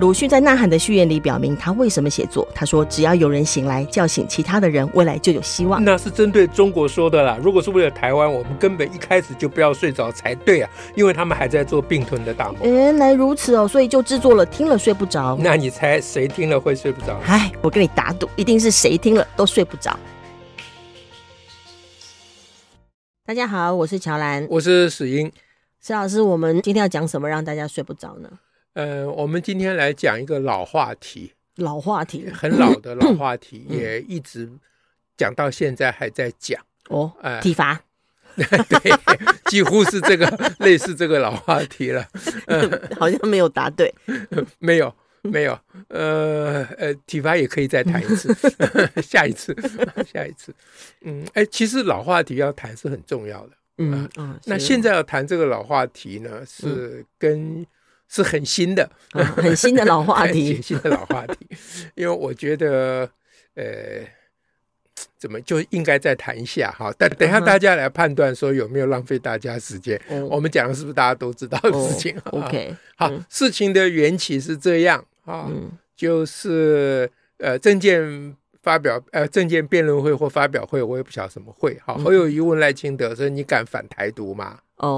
鲁迅在《呐喊》的序言里表明他为什么写作，他说只要有人醒来叫醒其他的人，未来就有希望。 那是针对中国说的啦，如果是为了台湾，我们根本一开始就不要睡着才对啊，因为他们还在做并吞的大梦。 原来如此哦，所以就制作了听了睡不着。 那你猜谁听了会睡不着？ 哎，我跟你打赌，一定是谁听了都睡不着。大家好，我是乔兰， 我是史英。 史老师，我们今天要讲什么让大家睡不着呢？ 我们今天来讲一个老话题， 老话题， 很老的老话题，也一直讲到现在还在讲哦。体罚， 对，几乎是这个类似这个老话题了。 好像没有答对， 没有。体罚也可以再谈一次，下一次。其实老话题要谈是很重要的。那现在要谈这个老话题呢，是很新的， 很新的老话题， 很新的老话题。因为我觉得，怎么就应该再谈一下哈？但等一下大家来判断说有没有浪费大家时间。我们讲的是不是大家都知道的事情 ？OK， 好，事情的缘起是这样啊，就是政见发表政见辩论会或发表会，我也不晓得什么会。好，侯友宜问赖清德说：“你敢反台独吗？”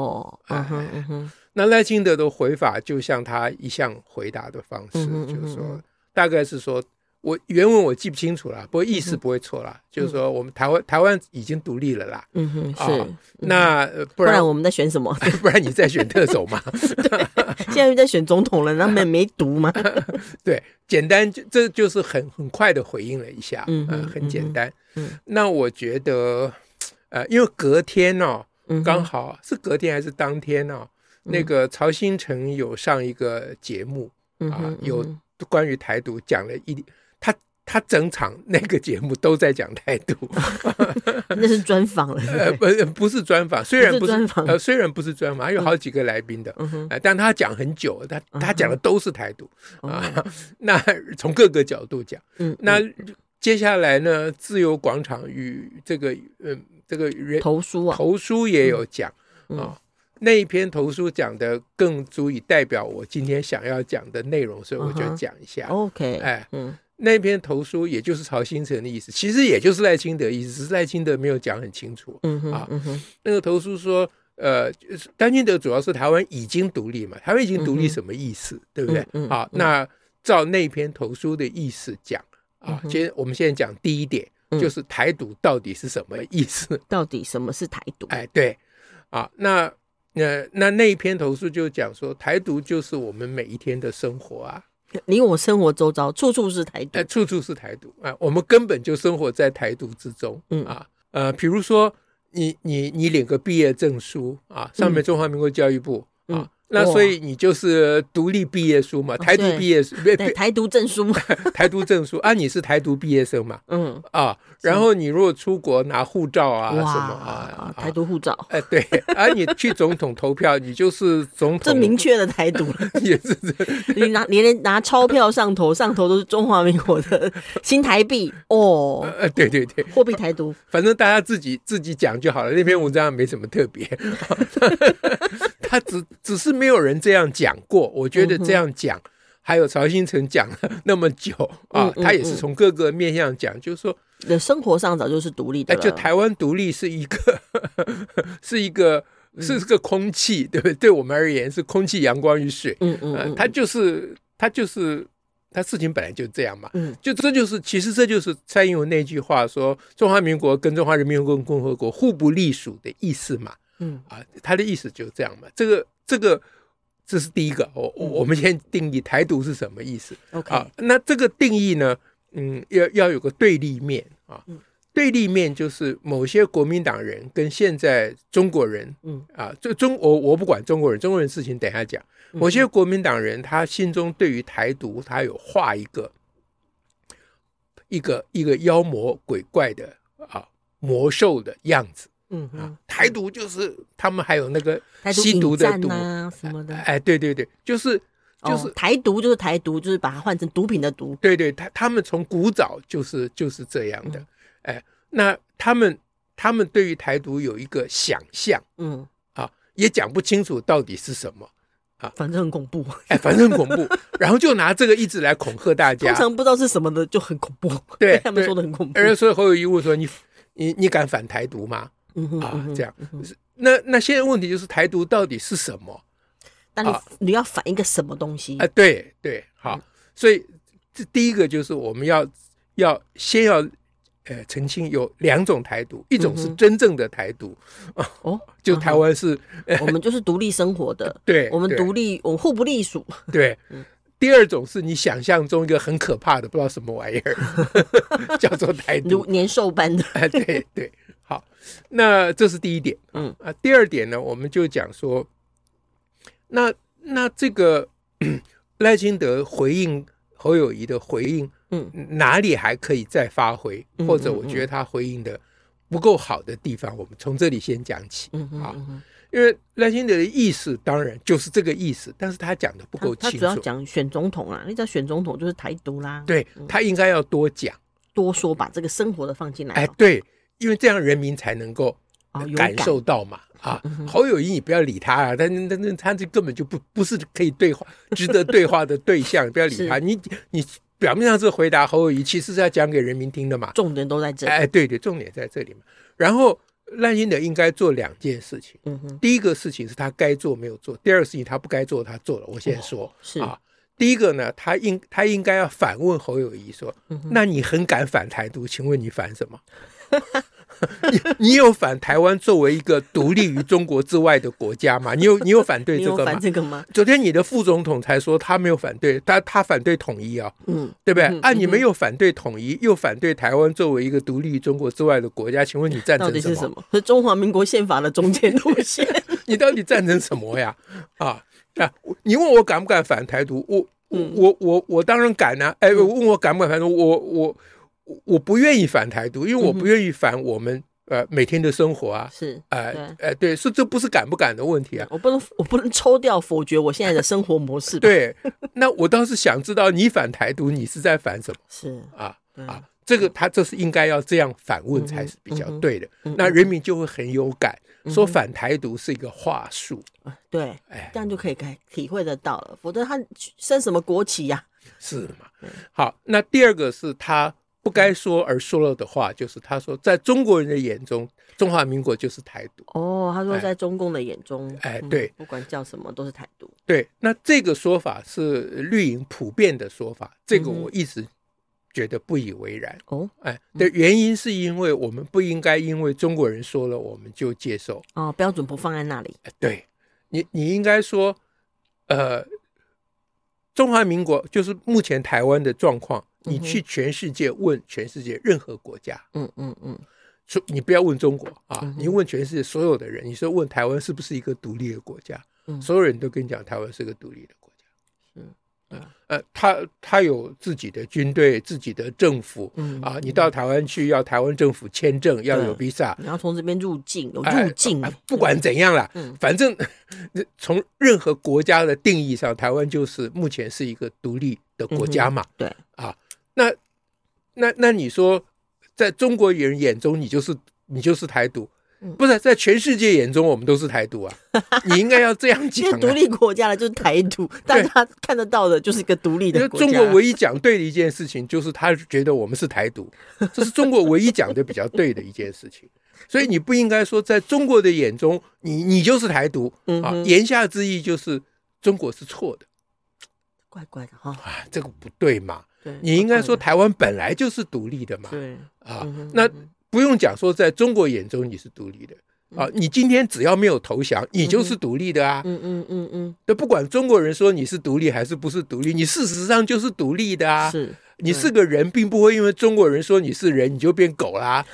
那赖清德的回法就像他一向回答的方式，就是说，大概是说。原文我记不清楚了，不过意思不会错啦，就是说我们台湾已经独立了啦。是。那不然我们在选什么？ 不然你在选特首嘛？ 现在又在选总统了，那没读吗？ 对，简单，这就是很快的回应了一下，很简单。那我觉得，因为隔天哦，刚好是隔天还是当天哦，那个曹兴诚有上一个节目有关于台独讲了他整场那个节目都在讲台独， 那是专访了。 不是专访，虽然不是专访，还有好几个来宾的，但他讲很久，他讲的都是台独那从各个角度讲，那接下来呢，自由广场与这个投书也有讲那一篇投书讲的更足以代表我今天想要讲的内容，所以我就讲一下。 OK， 那篇投书也就是曹兴诚的意思，其实也就是赖清德的意思，只是赖清德没有讲很清楚。那个投书说，赖清德主要是台湾已经独立嘛，台湾已经独立什么意思，对不对？那照那篇投书的意思讲我们现在讲第一点，就是台独到底是什么意思？ 到底什么是台独？ 对那一篇投诉就讲说，台独就是我们每一天的生活啊， 你我生活周遭处处是台独， 处处是台独我们根本就生活在台独之中比如说你领个毕业证书上面中华民国教育部那所以你就是独立毕业书嘛，台独毕业书， 台独证书台独证书你是台独毕业生嘛，然后你如果出国拿护照什么台独护照， 对你去总统投票，你就是总统， 这明确的台独也是你连拿钞票上头都是中华民国的新台币对， 货币台独， 反正大家自己讲就好了，那篇文章没什么特别他只是没有人这样讲过，我觉得这样讲还有曹兴诚讲了那么久他也是从各个面向讲，就是说生活上早就是独立的了， 就台湾独立是一个空气，对不对？对我们而言是空气、阳光与水，他事情本来就这样嘛，其实这就是蔡英文那句话说中华民国跟中华人民共和国互不隶属的意思嘛，他的意思就这样嘛，这是第一个，我们先定义台独是什么意思。那这个定义呢，要有个对立面对立面就是某些国民党人跟现在中国人我不管中国人事情等一下讲，某些国民党人他心中对于台独他有画一个妖魔鬼怪的魔兽的样子。台独就是他们还有那个吸毒的毒什么的， 对，就是台独就是台独，就是把它换成毒品的毒。 对，他们从古早就是这样的。那他们对于台独有一个想象，也讲不清楚到底是什么反正很恐怖， 反正很恐怖，然后就拿这个一直来恐吓大家。 通常不知道是什么的就很恐怖， 对， 他们说的很恐怖。 所以侯友宜问说你敢反台独吗？这样。那现在问题就是台独到底是什么？ 那你要反一个什么东西？ 对，好，所以这第一个就是我们要先要澄清有2种台独，一种是真正的台独就台湾是我们就是独立生活的， 对， 我们独立，我们互不隶属， 对。第二种是你想象中一个很可怕的不知道什么玩意儿叫做台独， 年兽般的对，好，那这是第一点。第二点呢，我们就讲说那这个赖清德回应侯友宜的回应哪里还可以再发挥，或者我觉得他回应的不够好的地方，我们从这里先讲起。因为赖清德的意思当然就是这个意思，但是他讲的不够清楚。 他主要讲选总统啦，你知道选总统就是台独啦。 对，他应该要多讲多说，把这个生活的放进来。 对，因为这样人民才能够感受到嘛。侯友宜你不要理他啊，但他这根本就不是可以对话、值得对话的对象，不要理他。你表面上是回答侯友宜，其实是要讲给人民听的嘛。 重点都在这里。 对，重点在这里嘛。然后赖清德应该做2件事情。第一个事情是他该做没有做，第二个事情他不该做他做了。我先说第一个呢，他应该要反问侯友宜说，那你很敢反台独，请问你反什么？你有反台湾作为一个独立于中国之外的国家吗？你有反对这个吗？ 你有反这个吗？ 昨天你的副总统才说他没有反对，他反对统一对不对？你们又反对统一，又反对台湾作为一个独立于中国之外的国家，请问你赞成什么？ 到底是什么？是中华民国宪法的中间路线？ 你到底赞成什么呀？你问我敢不敢反台独？我当然敢啊！问我敢不敢反台独？我不愿意反台独，因为我不愿意反我们每天的生活啊。 是对，所以这不是敢不敢的问题啊。 我不能抽掉否决我现在的生活模式。 对，那我倒是想知道你反台独，你是在反什么？ 是这个这是应该要这样反问才是比较对的。那人民就会很有感，说反台独是一个话术。 对，这样就可以体会得到了，否则他升什么国旗呀？ 是嘛？好，那第二个是他不该说而说了的话，就是他说在中国人的眼中，中华民国就是台独。 他说在中共的眼中， 对， 不管叫什么都是台独。 对，那这个说法是绿营普遍的说法，这个我一直觉得不以为然。的原因是因为我们不应该因为中国人说了我们就接受。 标准不放在那里。 对，你应该说，中华民国就是目前台湾的状况。你去全世界问全世界任何国家，你不要问中国你问全世界所有的人，你说问台湾是不是一个独立的国家，所有人都跟你讲台湾是个独立的国家。他有自己的军队、自己的政府你到台湾去要台湾政府签证，要有 visa， 你要从这边入境，有入境。 不管怎样啦，反正从任何国家的定义上，台湾就是目前是一个独立的国家嘛。 对那你说在中国人眼中你就是台独，不是在全世界眼中我们都是台独啊。你应该要这样讲。 因为独立国家的就是台独，大家看得到的就是一个独立的国家。 中国唯一讲对的一件事情就是他觉得我们是台独，这是中国唯一讲的比较对的一件事情。所以你不应该说在中国的眼中你就是台独言下之意就是中国是错的。 怪怪的这个不对嘛。你应该说台湾本来就是独立的嘛。 对那不用讲说在中国眼中你是独立的你今天只要没有投降你就是独立的啊。不管中国人说你是独立还是不是独立，你事实上就是独立的啊。你是个人，并不会因为中国人说你是人你就变狗啦。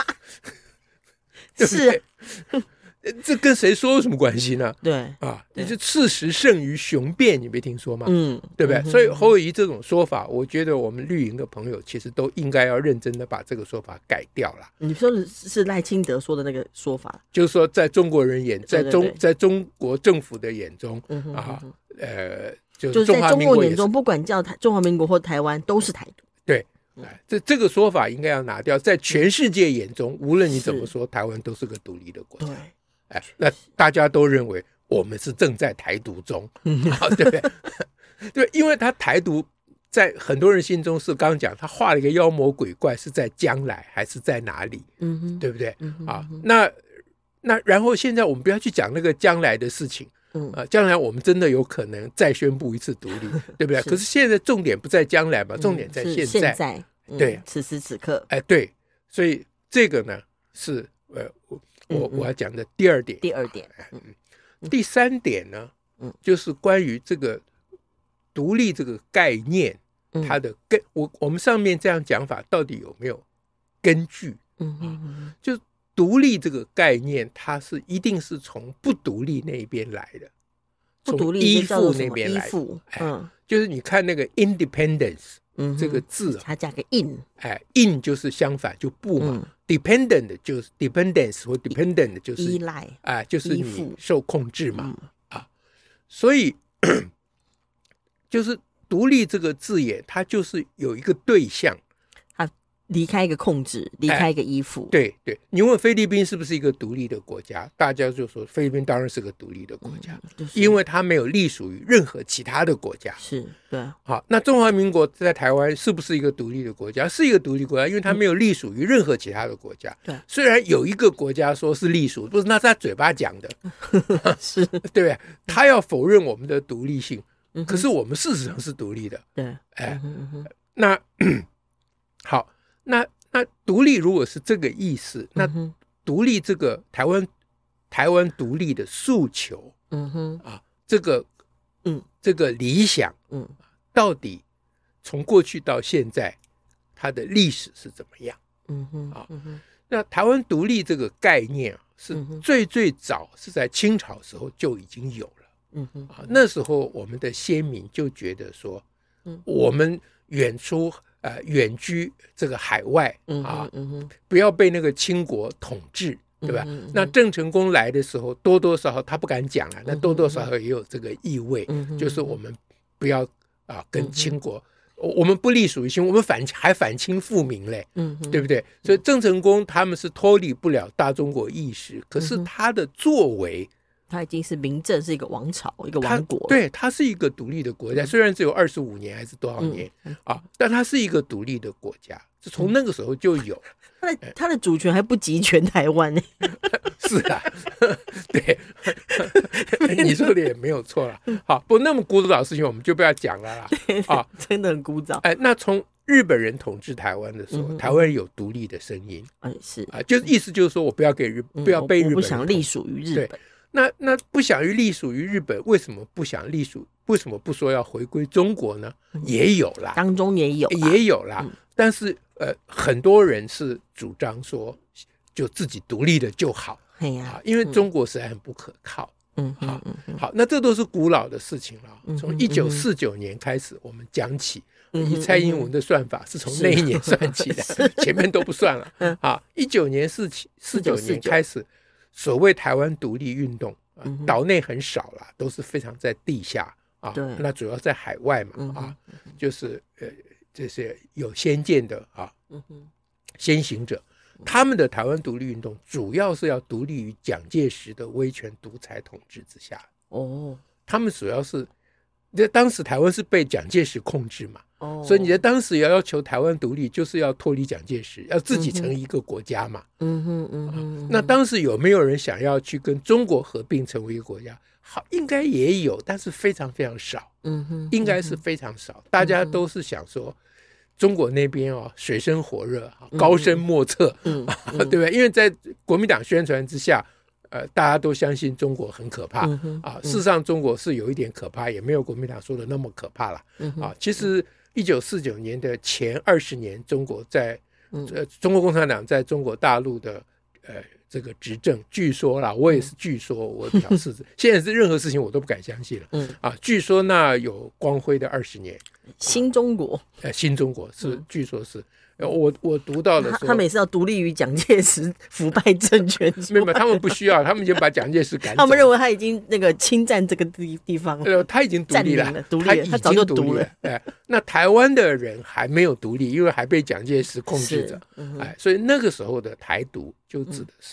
对不对？这跟谁说有什么关系呢？ 对你这事实胜于雄辩，你没听说吗？对不对？所以侯友宜这种说法，我觉得我们绿营的朋友其实都应该要认真的把这个说法改掉了。 你说的是赖清德说的那个说法， 就是说在中国人眼，在中国政府的眼中就是在中国眼中，不管叫中华民国或台湾都是台独。 对。这个说法应该要拿掉，在全世界眼中，无论你怎么说，台湾都是个独立的国家。那大家都认为我们是正在台独中，对不对？对，因为他台独在很多人心中是刚刚讲，他画了一个妖魔鬼怪，是在将来还是在哪里？对不对？那然后现在我们不要去讲那个将来的事情，将来我们真的有可能再宣布一次独立，对不对？可是现在重点不在将来嘛，重点在现在，对， 此时此刻， 对，所以这个呢是我要讲的第二点。第三点呢，就是关于这个独立这个概念，它的根，我们上面这样讲法到底有没有根据？就独立这个概念，它是一定是从不独立那边来的，从依附那边来的。就是你看那个 independence 这个字， 它加个 in，in 就是相反，就不嘛。dependent 就是 dependence 或 dependent 就是依赖， 就是你受控制嘛。所以就是独立这个字眼，它就是有一个对象， 它离开一个控制，离开一个依附。 对，你问菲律宾是不是一个独立的国家，大家就说菲律宾当然是个独立的国家，因为它没有隶属于任何其他的国家。 是，对。 好，那中华民国在台湾是不是一个独立的国家？是一个独立国家，因为它没有隶属于任何其他的国家。 对， 虽然有一个国家说是隶属，不是那是他嘴巴讲的， 是， 对不对？他要否认我们的独立性，可是我们事实上是独立的。 对， 那好，那独立如果是这个意思，那独立这个台湾独立的诉求，这个理想，到底从过去到现在，它的历史是怎么样？那台湾独立这个概念是最早是在清朝时候就已经有了。那时候我们的先民就觉得说，我们远居这个海外不要被那个清国统治，对吧？那郑成功来的时候，多多少少他不敢讲了，那多多少少也有这个意味，就是我们不要跟清国，我们不隶属于清，我们还反清复明嘞，对不对？所以郑成功他们是脱离不了大中国意识，可是他的作为， 他已经是明正，是一个王朝，一个王国。 对，他是一个独立的国家，虽然只有25年还是多少年但他是一个独立的国家，从那个时候就有。 他的主权还不及全台湾呢。 是啊，对，你说的也没有错了。好，不那么古早的事情我们就不要讲了啦。 真的很古早。 那从日本人统治台湾的时候，台湾有独立的声音。 是就是意思就是说我不要被日本人， 我不想隶属于日本。 那不想隶属于日本，为什么不想隶属？为什么不说要回归中国呢？也有啦， 当中也有啦。但是很多人是主张说，就自己独立的就好。因为中国实在很不可靠。好，那这都是古老的事情了。从1949年开始，我们讲起，以蔡英文的算法是从那一年算起的，前面都不算了。1949年开始。所谓台湾独立运动，岛内很少啦，都是非常在地下那主要在海外嘛就是这些有先见的先行者，他们的台湾独立运动主要是要独立于蒋介石的威权独裁统治之下。他们主要是当时台湾是被蒋介石控制嘛，所以你在当时要求台湾独立，就是要脱离蒋介石，要自己成一个国家嘛。那当时有没有人想要去跟中国合并成为一个国家？好，应该也有，但是非常非常少。应该是非常少。大家都是想说，中国那边水深火热，高深莫测，对不对？因为在国民党宣传之下。大家都相信中国很可怕事实上中国是有一点可怕，也没有国民党说的那么可怕了其实1949年的前20年，中国在中国共产党在中国大陆的这个执政，据说啦，我也是据说，我表示现在是任何事情我都不敢相信了据说那有光辉的20年， 新中国新中国是据说是。我读到的说， 他每次要独立于蒋介石腐败政权没有，他们不需要，他们就把蒋介石赶走。 他们认为他已经那个侵占这个地方了， 他已经独立了， 他早就独立了。那台湾的人还没有独立，因为还被蒋介石控制着。所以那个时候的台独就指的是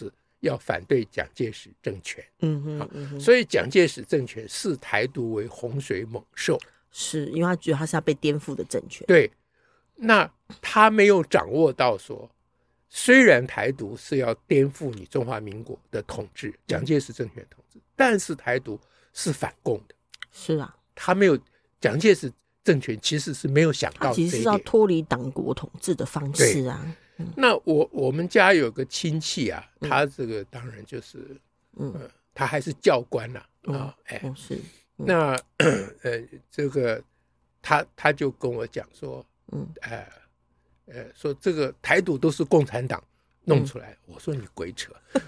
要反对蒋介石政权。所以蒋介石政权视台独为洪水猛兽， 是因为他觉得他是要被颠覆的政权。 对，那他没有掌握到说，虽然台独是要颠覆你中华民国的统治，蒋介石政权统治，但是台独是反共的。 是啊， 他没有，蒋介石政权其实是没有想到这一点， 他其实是要脱离党国统治的方式啊。 那我们家有个亲戚啊，他这个当然就是，他还是教官啦， 是， 那这个他就跟我讲说，说这个台独都是共产党弄出来，我说你鬼扯。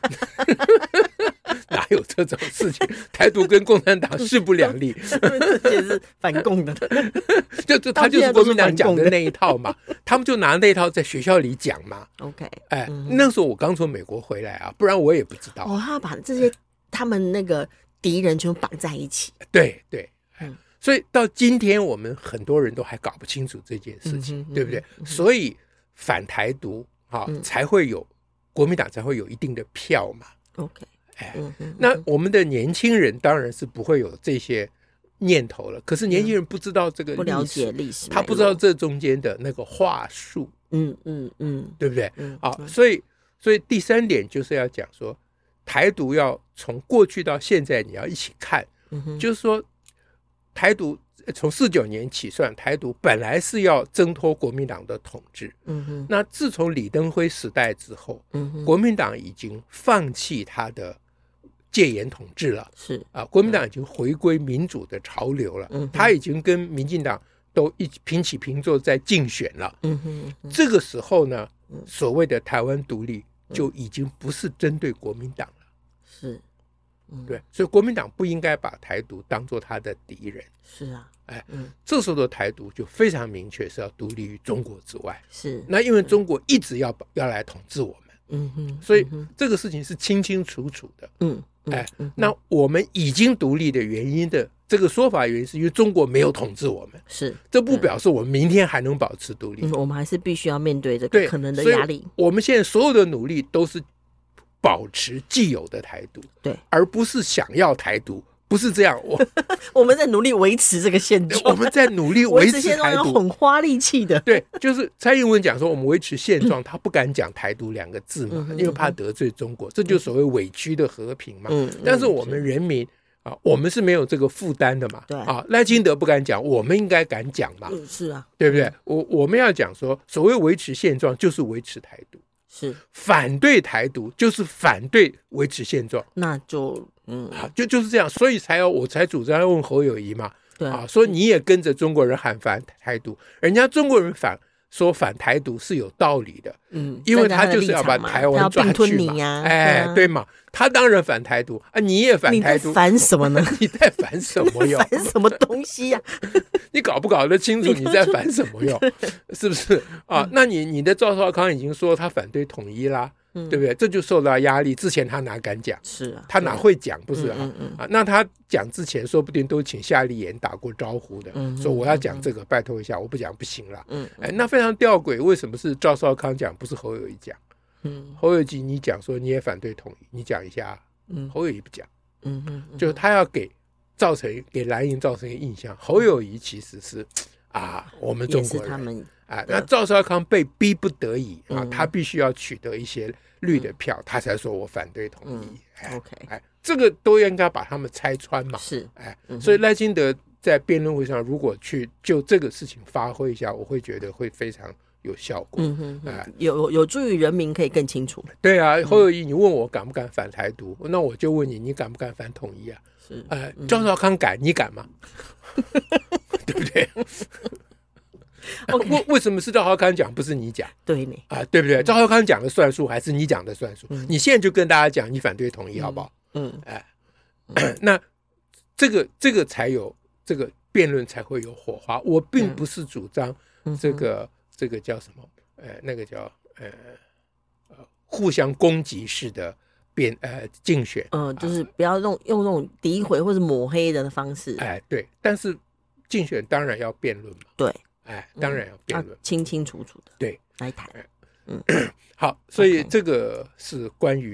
哪有这种事情？台独跟共产党势不两立， 这也是反共的。 他就是国民党讲的那一套嘛，他们就拿那一套在学校里讲嘛。 OK， 那时候我刚从美国回来啊，不然我也不知道。 他要把这些他们那个敌人全部绑在一起。 对对，所以到今天我们很多人都还搞不清楚这件事情，对不对？所以反台独才会有国民党才会有一定的票嘛。 OK。 那我们的年轻人当然是不会有这些念头了，可是年轻人不知道这个历史， 不了解历史， 他不知道这中间的那个话术，对不对？所以第三点就是要讲说，台独要从过去到现在你要一起看，就是说台独从49年起算，台独本来是要挣脱国民党的统治，那自从李登辉时代之后，国民党已经放弃他的戒严统治了， 是国民党已经回归民主的潮流了，他已经跟民进党都一起平起平坐在竞选了，这个时候呢，所谓的台湾独立就已经不是针对国民党了， 是， 对，所以国民党不应该把台独当作他的敌人， 是啊， 这时候的台独就非常明确是要独立于中国之外， 是， 那因为中国一直要来统治我们，所以这个事情是清清楚楚的，那我们已经独立的原因的这个说法原因是因为中国没有统治我们， 是， 这不表示我们明天还能保持独立， 我们还是必须要面对这个可能的压力， 我们现在所有的努力都是保持既有的台独， 对， 而不是想要台独，不是这样。 我们在努力维持这个现状， 我们在努力维持台独， 很花力气的。 对，就是蔡英文讲说我们维持现状，他不敢讲台独2个字嘛，因为怕得罪中国，这就所谓委屈的和平嘛。但是我们人民我们是没有这个负担的嘛。 对赖清德不敢讲，我们应该敢讲嘛。 是啊， 对不对？我们要讲说，所谓维持现状就是维持台独。 是反对台独就是反对维持现状， 那就就是这样，所以我才主张要问侯友宜嘛， 对说你也跟着中国人喊反台独，人家中国人说反台独是有道理的，因为他就是要把台湾抓去嘛，对嘛，他当然反台独啊，你也反台独， 你在反什么呢？ 你在反什么哟？ 反什么东西呀？ 你搞不搞得清楚你在反什么哟？是不是啊？那你的赵少康已经说他反对统一啦，对不对？这就受到压力。之前他哪敢讲？ 是啊， 他哪会讲？不是啊？那他讲之前，说不定都请夏立言打过招呼的，说我要讲这个，拜托一下，我不讲不行了。那非常吊诡，为什么是赵少康讲，不是侯友宜讲？侯友宜你讲说你也反对统一，你讲一下。侯友宜不讲，就是他要给蓝营造成一个印象，侯友宜其实是我们中国人那赵少康被逼不得已他必须要取得一些绿的票，他才说我反对统一。OK， 这个都应该把他们拆穿嘛。 是， 所以赖清德在辩论会上如果去就这个事情发挥一下，我会觉得会非常有效果， 有助于人民可以更清楚。 对啊，侯友宜，你问我敢不敢反台独，那我就问你，你敢不敢反统一啊？是，赵少康敢，你敢吗？对不对？为什么是赵少康讲，不是你讲？ 对呢， 对不对？赵少康讲的算数，还是你讲的算数？你现在就跟大家讲，你反对统一，好不好？那这个才有这个辩论才会有火花。我并不是主张这个叫什么？那个叫互相攻击式的竞选， 就是不要用那种诋毁或者抹黑的方式。 对，但是竞选当然要辩论嘛。 对， 当然要辩论， 清清楚楚的对来谈。 好，所以这个是关于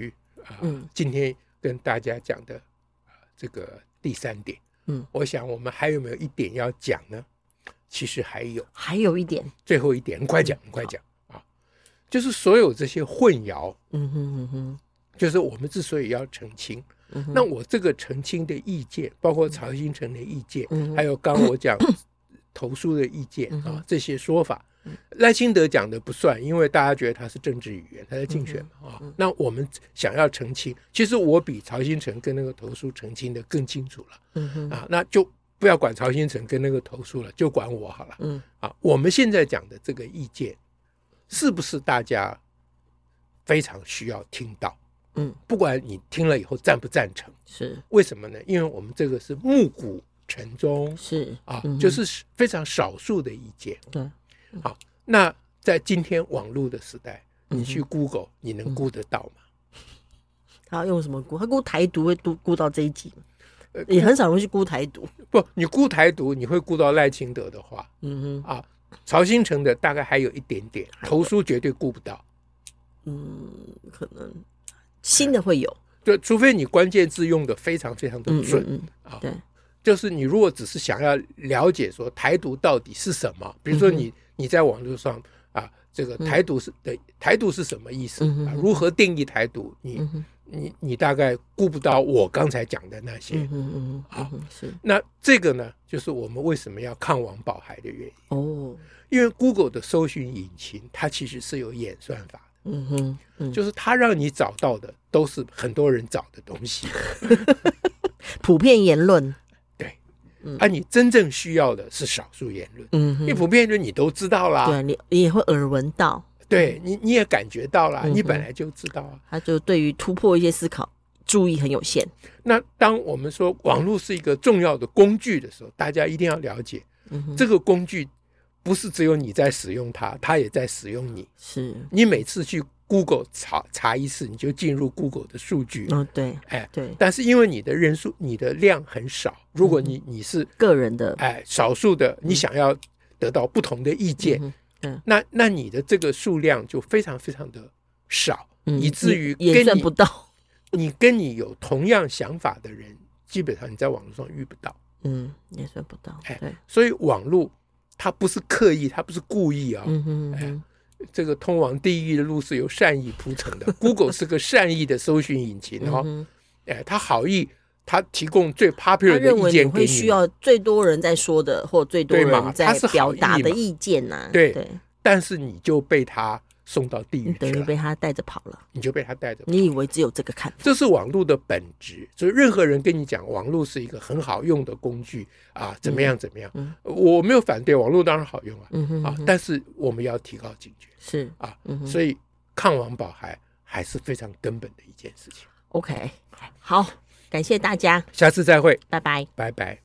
今天跟大家讲的这个第3点，我想我们还有没有一点要讲呢？其实还有一点， 最后一点，你快讲啊！就是所有这些混淆，就是我们之所以要澄清，那我这个澄清的意见，包括曹兴诚的意见，还有刚我讲投诉的意见啊，这些说法，赖清德讲的不算，因为大家觉得他是政治语言，他在竞选嘛啊。那我们想要澄清，其实我比曹兴诚跟那个投诉澄清的更清楚了，啊，那就不要管曹兴诚跟那个投诉了，就管我好了，啊，我们现在讲的这个意见，是不是大家非常需要听到？不管你听了以后赞不赞成， 是为什么呢？因为我们这个是暮鼓晨钟， 是啊，就是非常少数的意见。 对， 好，那在今天网络的时代，你去 Google，你能估得到吗？ 他用什么估？他估台独会估到这一集吗？也很少人去估台独。 不，你估台独，你会估到赖清德的话，啊，曹兴诚的大概还有一点点，投书绝对估不到。 可能新的会有， 对，除非你关键字用的非常非常的准，啊，对，就是你如果只是想要了解说台独到底是什么，比如说你在网络上啊，这个台独是什么意思啊？如何定义台独？你大概顾不到我刚才讲的那些，是。那这个呢，就是我们为什么要抗王保海的原因哦，因为 Google 的搜寻引擎它其实是有演算法的，就是它让你找到的都是很多人找的东西， 普遍言论。 对，你真正需要的是少数言论，因为普遍言论你都知道啦， 对，你也会耳闻到。 对，你也感觉到了，你本来就知道啊。 他就对于突破一些思考注意很有限。 那当我们说网络是一个重要的工具的时候，大家一定要了解，这个工具不是只有你在使用它，它也在使用你。是你每次去 Google 查一次，你就进入 Google 的数据。 对，对。但是因为你的人数、你的量很少，如果你是个人的， 少数的，你想要得到不同的意见。那你的这个数量就非常非常的少，以至于也算不到。 你跟你有同样想法的人，基本上你在网络上遇不到。 也算不到。对， 所以网络它不是刻意，它不是故意啊。这个通往地狱的路是由善意铺成的。Google 是个善意的搜寻引擎哦，它好意。他提供最 popular 的意见给你， 会需要最多人在说的，或最多人在表达的意见呐。 对，但是你就被他送到地狱去了， 等于被他带着跑了。 你就被他带着跑， 你以为只有这个看法？ 这是网络的本质。所以任何人跟你讲网络是一个很好用的工具啊，怎么样怎么样，我没有反对，网络当然好用啊，但是我们要提高警觉， 是啊，所以抗王保海还是非常根本的一件事情。 OK， 好。感谢大家， 下次再会， 拜拜， 拜拜。